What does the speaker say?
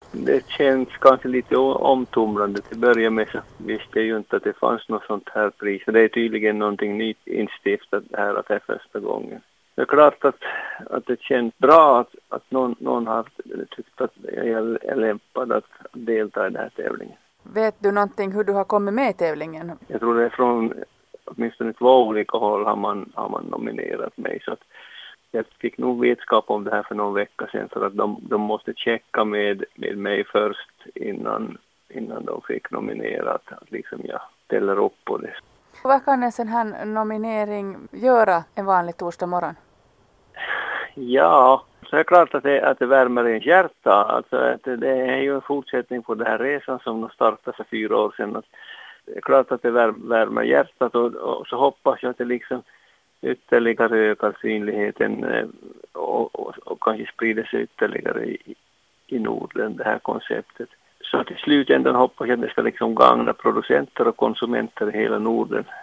Det känns kanske lite omtumlande. Till början med så visste jag ju inte att det fanns något sånt här pris. Det är tydligen någonting nytt instiftat här, att det är första gången. Det är klart att det känns bra att någon har tyckt att jag är lämpad att delta i den här tävlingen. Vet du någonting hur du har kommit med i tävlingen? Jag tror det är från åtminstone 2 olika håll har man nominerat mig. Så att jag fick nog vetskap om det här för någon vecka sedan, för att de måste checka med mig först innan de fick nominerat. Att liksom jag ställer upp på det. Vad kan en sån här nominering göra en vanlig torsdag morgon? Ja, så är det klart att det värmer ens hjärta. Alltså att det är ju en fortsättning på den här resan som startade för 4 år sedan. Att det är klart att det värmer hjärtat, och så hoppas jag att det liksom ytterligare ökar synligheten och kanske sprider sig ytterligare i Norden, det här konceptet. Så till slutändan hoppas jag att det ska liksom gagna producenter och konsumenter i hela Norden.